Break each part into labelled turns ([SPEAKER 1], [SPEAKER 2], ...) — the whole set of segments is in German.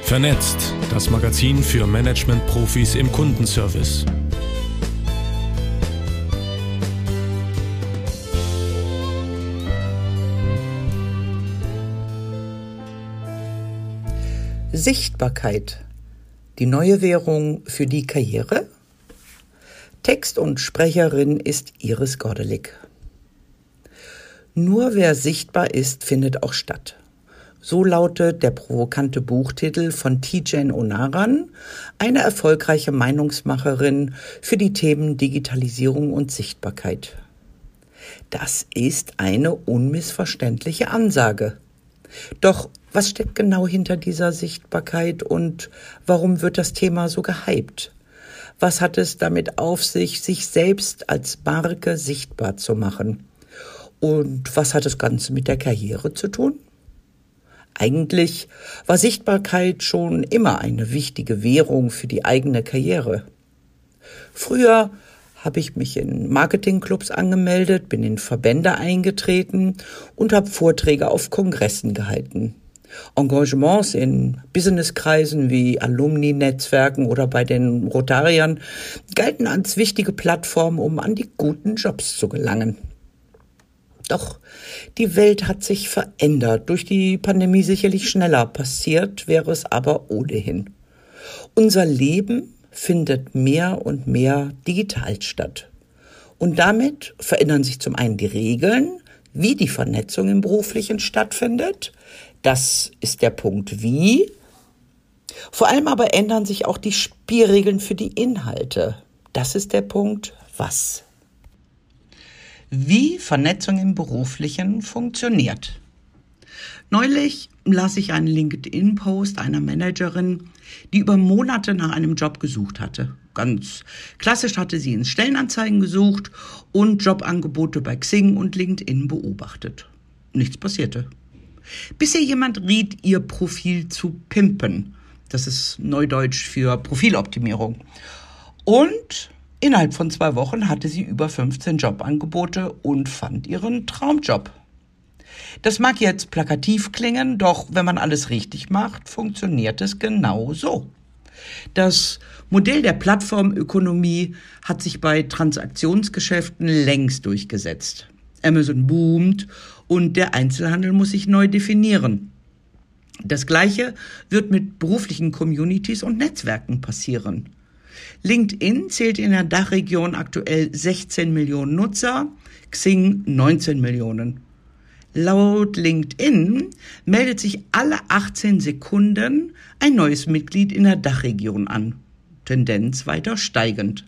[SPEAKER 1] Vernetzt, das Magazin für Management-Profis im Kundenservice.
[SPEAKER 2] Sichtbarkeit. Die neue Währung für die Karriere? Text und Sprecherin ist Iris Gordelik. Nur wer sichtbar ist, findet auch statt. So lautet der provokante Buchtitel von Tijen Onaran, eine erfolgreiche Meinungsmacherin für die Themen Digitalisierung und Sichtbarkeit. Das ist eine unmissverständliche Ansage. Doch was steckt genau hinter dieser Sichtbarkeit und warum wird das Thema so gehypt? Was hat es damit auf sich, sich selbst als Marke sichtbar zu machen? Und was hat das Ganze mit der Karriere zu tun? Eigentlich war Sichtbarkeit schon immer eine wichtige Währung für die eigene Karriere. Früher habe ich mich in Marketingclubs angemeldet, bin in Verbände eingetreten und habe Vorträge auf Kongressen gehalten. Engagements in Businesskreisen wie Alumni-Netzwerken oder bei den Rotariern galten als wichtige Plattform, um an die guten Jobs zu gelangen. Doch die Welt hat sich verändert, durch die Pandemie sicherlich schneller passiert, wäre es aber ohnehin. Unser Leben findet mehr und mehr digital statt. Und damit verändern sich zum einen die Regeln, wie die Vernetzung im Beruflichen stattfindet. Das ist der Punkt wie. Vor allem aber ändern sich auch die Spielregeln für die Inhalte. Das ist der Punkt was. Wie Vernetzung im Beruflichen funktioniert. Neulich las ich einen LinkedIn-Post einer Managerin, die über Monate nach einem Job gesucht hatte. Ganz klassisch hatte sie in Stellenanzeigen gesucht und Jobangebote bei Xing und LinkedIn beobachtet. Nichts passierte. Bis ihr jemand riet, ihr Profil zu pimpen. Das ist Neudeutsch für Profiloptimierung. Und innerhalb von 2 Wochen hatte sie über 15 Jobangebote und fand ihren Traumjob. Das mag jetzt plakativ klingen, doch wenn man alles richtig macht, funktioniert es genau so. Das Modell der Plattformökonomie hat sich bei Transaktionsgeschäften längst durchgesetzt. Amazon boomt und der Einzelhandel muss sich neu definieren. Das Gleiche wird mit beruflichen Communities und Netzwerken passieren. LinkedIn zählt in der Dachregion aktuell 16 Millionen Nutzer, Xing 19 Millionen. Laut LinkedIn meldet sich alle 18 Sekunden ein neues Mitglied in der Dachregion an. Tendenz weiter steigend.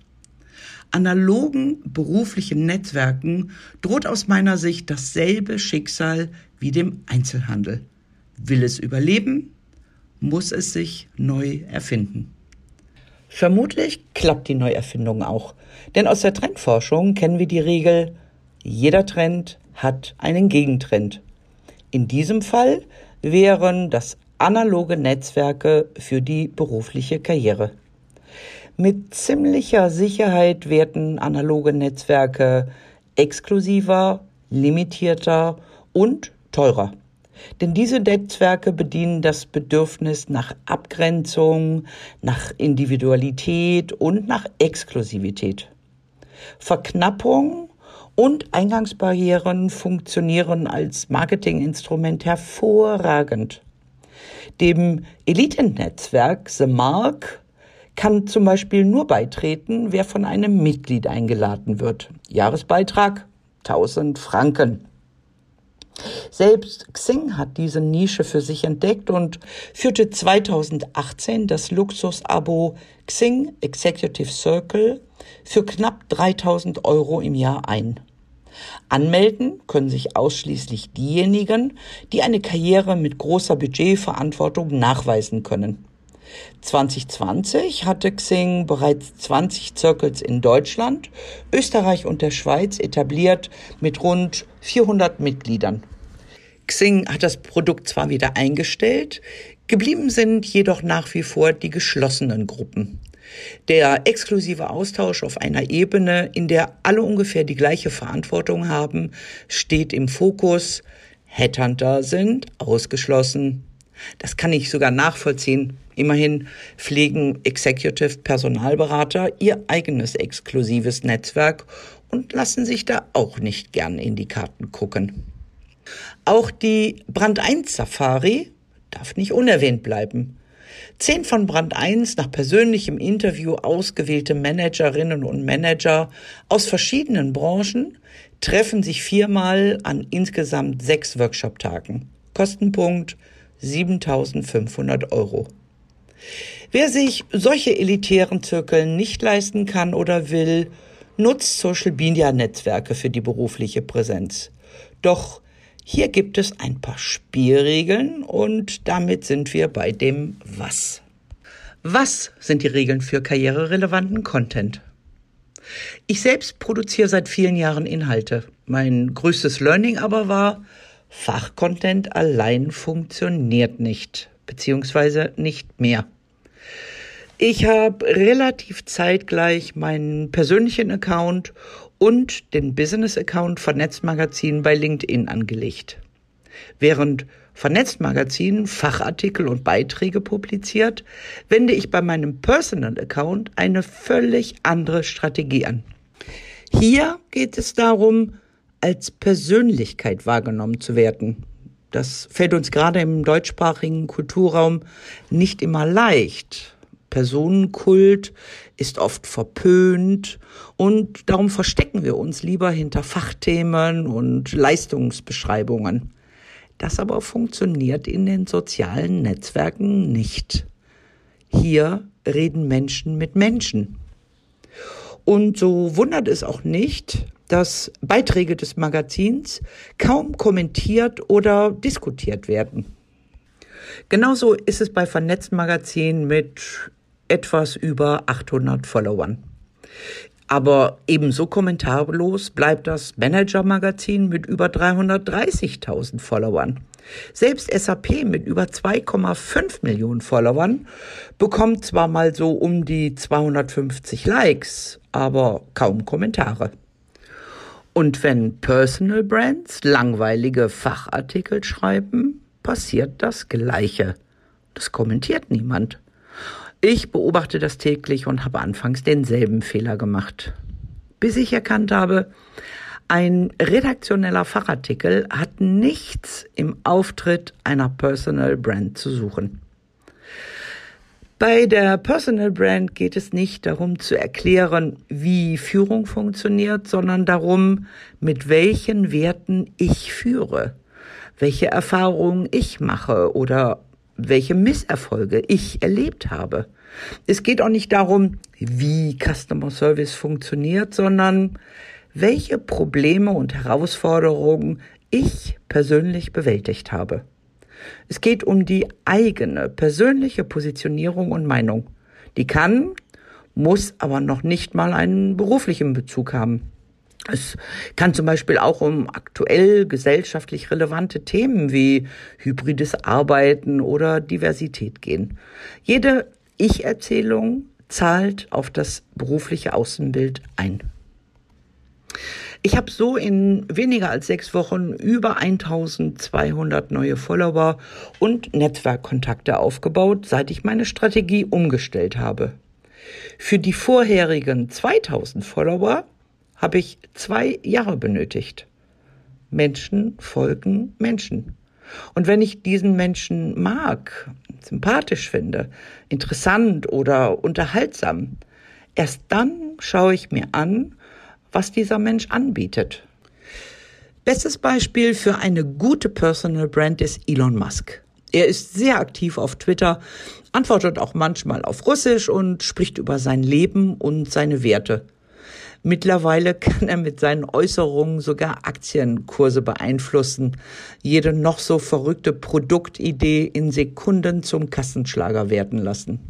[SPEAKER 2] Analogen beruflichen Netzwerken droht aus meiner Sicht dasselbe Schicksal wie dem Einzelhandel. Will es überleben, muss es sich neu erfinden. Vermutlich klappt die Neuerfindung auch, denn aus der Trendforschung kennen wir die Regel, jeder Trend hat einen Gegentrend. In diesem Fall wären das analoge Netzwerke für die berufliche Karriere. Mit ziemlicher Sicherheit werden analoge Netzwerke exklusiver, limitierter und teurer. Denn diese Netzwerke bedienen das Bedürfnis nach Abgrenzung, nach Individualität und nach Exklusivität. Verknappung und Eingangsbarrieren funktionieren als Marketinginstrument hervorragend. Dem Elitennetzwerk The Mark kann zum Beispiel nur beitreten, wer von einem Mitglied eingeladen wird. Jahresbeitrag 1000 Franken. Selbst Xing hat diese Nische für sich entdeckt und führte 2018 das Luxus-Abo Xing Executive Circle für knapp 3.000 € im Jahr ein. Anmelden können sich ausschließlich diejenigen, die eine Karriere mit großer Budgetverantwortung nachweisen können. 2020 hatte Xing bereits 20 Circles in Deutschland, Österreich und der Schweiz etabliert mit rund 400 Mitgliedern. Xing hat das Produkt zwar wieder eingestellt, geblieben sind jedoch nach wie vor die geschlossenen Gruppen. Der exklusive Austausch auf einer Ebene, in der alle ungefähr die gleiche Verantwortung haben, steht im Fokus. Headhunter sind ausgeschlossen. Das kann ich sogar nachvollziehen. Immerhin pflegen Executive-Personalberater ihr eigenes exklusives Netzwerk und lassen sich da auch nicht gern in die Karten gucken. Auch die Brand 1 Safari darf nicht unerwähnt bleiben. 10 von Brand 1 nach persönlichem Interview ausgewählte Managerinnen und Manager aus verschiedenen Branchen treffen sich 4-mal an insgesamt 6 Workshop-Tagen. Kostenpunkt 7.500 €. Wer sich solche elitären Zirkel nicht leisten kann oder will, nutzt Social-Media-Netzwerke für die berufliche Präsenz. Doch hier gibt es ein paar Spielregeln und damit sind wir bei dem Was. Was sind die Regeln für karriererelevanten Content? Ich selbst produziere seit vielen Jahren Inhalte. Mein größtes Learning aber war, Fachcontent allein funktioniert nicht, beziehungsweise nicht mehr. Ich habe relativ zeitgleich meinen persönlichen Account und den Business-Account Vernetzt Magazin bei LinkedIn angelegt. Während Vernetzt Magazin Fachartikel und Beiträge publiziert, wende ich bei meinem Personal-Account eine völlig andere Strategie an. Hier geht es darum, als Persönlichkeit wahrgenommen zu werden. Das fällt uns gerade im deutschsprachigen Kulturraum nicht immer leicht. Personenkult ist oft verpönt und darum verstecken wir uns lieber hinter Fachthemen und Leistungsbeschreibungen. Das aber funktioniert in den sozialen Netzwerken nicht. Hier reden Menschen mit Menschen. Und so wundert es auch nicht, dass Beiträge des Magazins kaum kommentiert oder diskutiert werden. Genauso ist es bei Vernetzt Magazin mit etwas über 800 Followern. Aber ebenso kommentarlos bleibt das Manager-Magazin mit über 330.000 Followern. Selbst SAP mit über 2,5 Millionen Followern bekommt zwar mal so um die 250 Likes, aber kaum Kommentare. Und wenn Personal Brands langweilige Fachartikel schreiben, passiert das Gleiche. Das kommentiert niemand. Ich beobachte das täglich und habe anfangs denselben Fehler gemacht. Bis ich erkannt habe, ein redaktioneller Fachartikel hat nichts im Auftritt einer Personal Brand zu suchen. Bei der Personal Brand geht es nicht darum zu erklären, wie Führung funktioniert, sondern darum, mit welchen Werten ich führe, welche Erfahrungen ich mache oder welche Misserfolge ich erlebt habe. Es geht auch nicht darum, wie Customer Service funktioniert, sondern welche Probleme und Herausforderungen ich persönlich bewältigt habe. Es geht um die eigene persönliche Positionierung und Meinung. Die kann, muss aber noch nicht mal einen beruflichen Bezug haben. Es kann zum Beispiel auch um aktuell gesellschaftlich relevante Themen wie hybrides Arbeiten oder Diversität gehen. Jede Ich-Erzählung zahlt auf das berufliche Außenbild ein. Ich habe so in weniger als 6 Wochen über 1200 neue Follower und Netzwerkkontakte aufgebaut, seit ich meine Strategie umgestellt habe. Für die vorherigen 2000 Follower habe ich 2 Jahre benötigt. Menschen folgen Menschen. Und wenn ich diesen Menschen mag, sympathisch finde, interessant oder unterhaltsam, erst dann schaue ich mir an, was dieser Mensch anbietet. Bestes Beispiel für eine gute Personal Brand ist Elon Musk. Er ist sehr aktiv auf Twitter, antwortet auch manchmal auf Russisch und spricht über sein Leben und seine Werte. Mittlerweile kann er mit seinen Äußerungen sogar Aktienkurse beeinflussen, jede noch so verrückte Produktidee in Sekunden zum Kassenschlager werden lassen.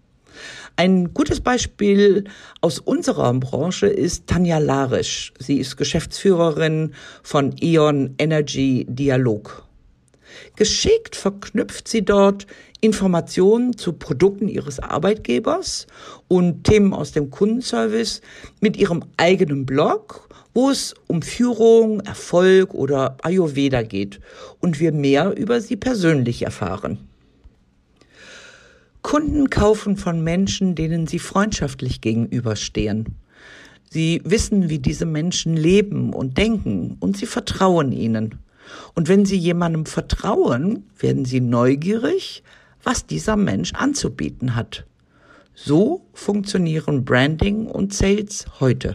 [SPEAKER 2] Ein gutes Beispiel aus unserer Branche ist Tanja Larisch. Sie ist Geschäftsführerin von E.ON Energy Dialog. Geschickt verknüpft sie dort Informationen zu Produkten ihres Arbeitgebers und Themen aus dem Kundenservice mit ihrem eigenen Blog, wo es um Führung, Erfolg oder Ayurveda geht und wir mehr über sie persönlich erfahren. Kunden kaufen von Menschen, denen sie freundschaftlich gegenüberstehen. Sie wissen, wie diese Menschen leben und denken, und sie vertrauen ihnen. Und wenn sie jemandem vertrauen, werden sie neugierig, was dieser Mensch anzubieten hat. So funktionieren Branding und Sales heute.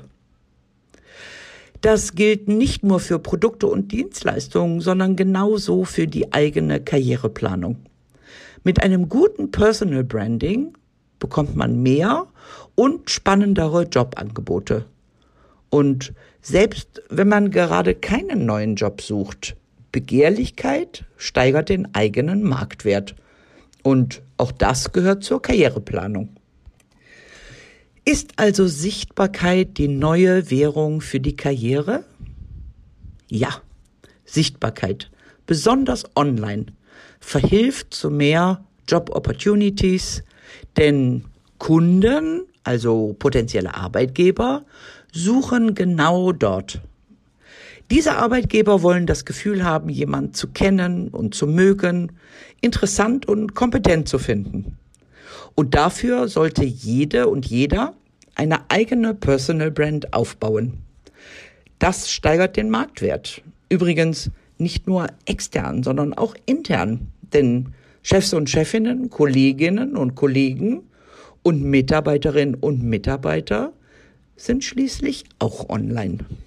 [SPEAKER 2] Das gilt nicht nur für Produkte und Dienstleistungen, sondern genauso für die eigene Karriereplanung. Mit einem guten Personal Branding bekommt man mehr und spannendere Jobangebote. Und selbst wenn man gerade keinen neuen Job sucht, Begehrlichkeit steigert den eigenen Marktwert. Und auch das gehört zur Karriereplanung. Ist also Sichtbarkeit die neue Währung für die Karriere? Ja, Sichtbarkeit, besonders online, verhilft zu mehr Job Opportunities, denn Kunden, also potenzielle Arbeitgeber, suchen genau dort. Diese Arbeitgeber wollen das Gefühl haben, jemanden zu kennen und zu mögen, interessant und kompetent zu finden. Und dafür sollte jede und jeder eine eigene Personal Brand aufbauen. Das steigert den Marktwert. Übrigens nicht nur extern, sondern auch intern. Denn Chefs und Chefinnen, Kolleginnen und Kollegen und Mitarbeiterinnen und Mitarbeiter sind schließlich auch online.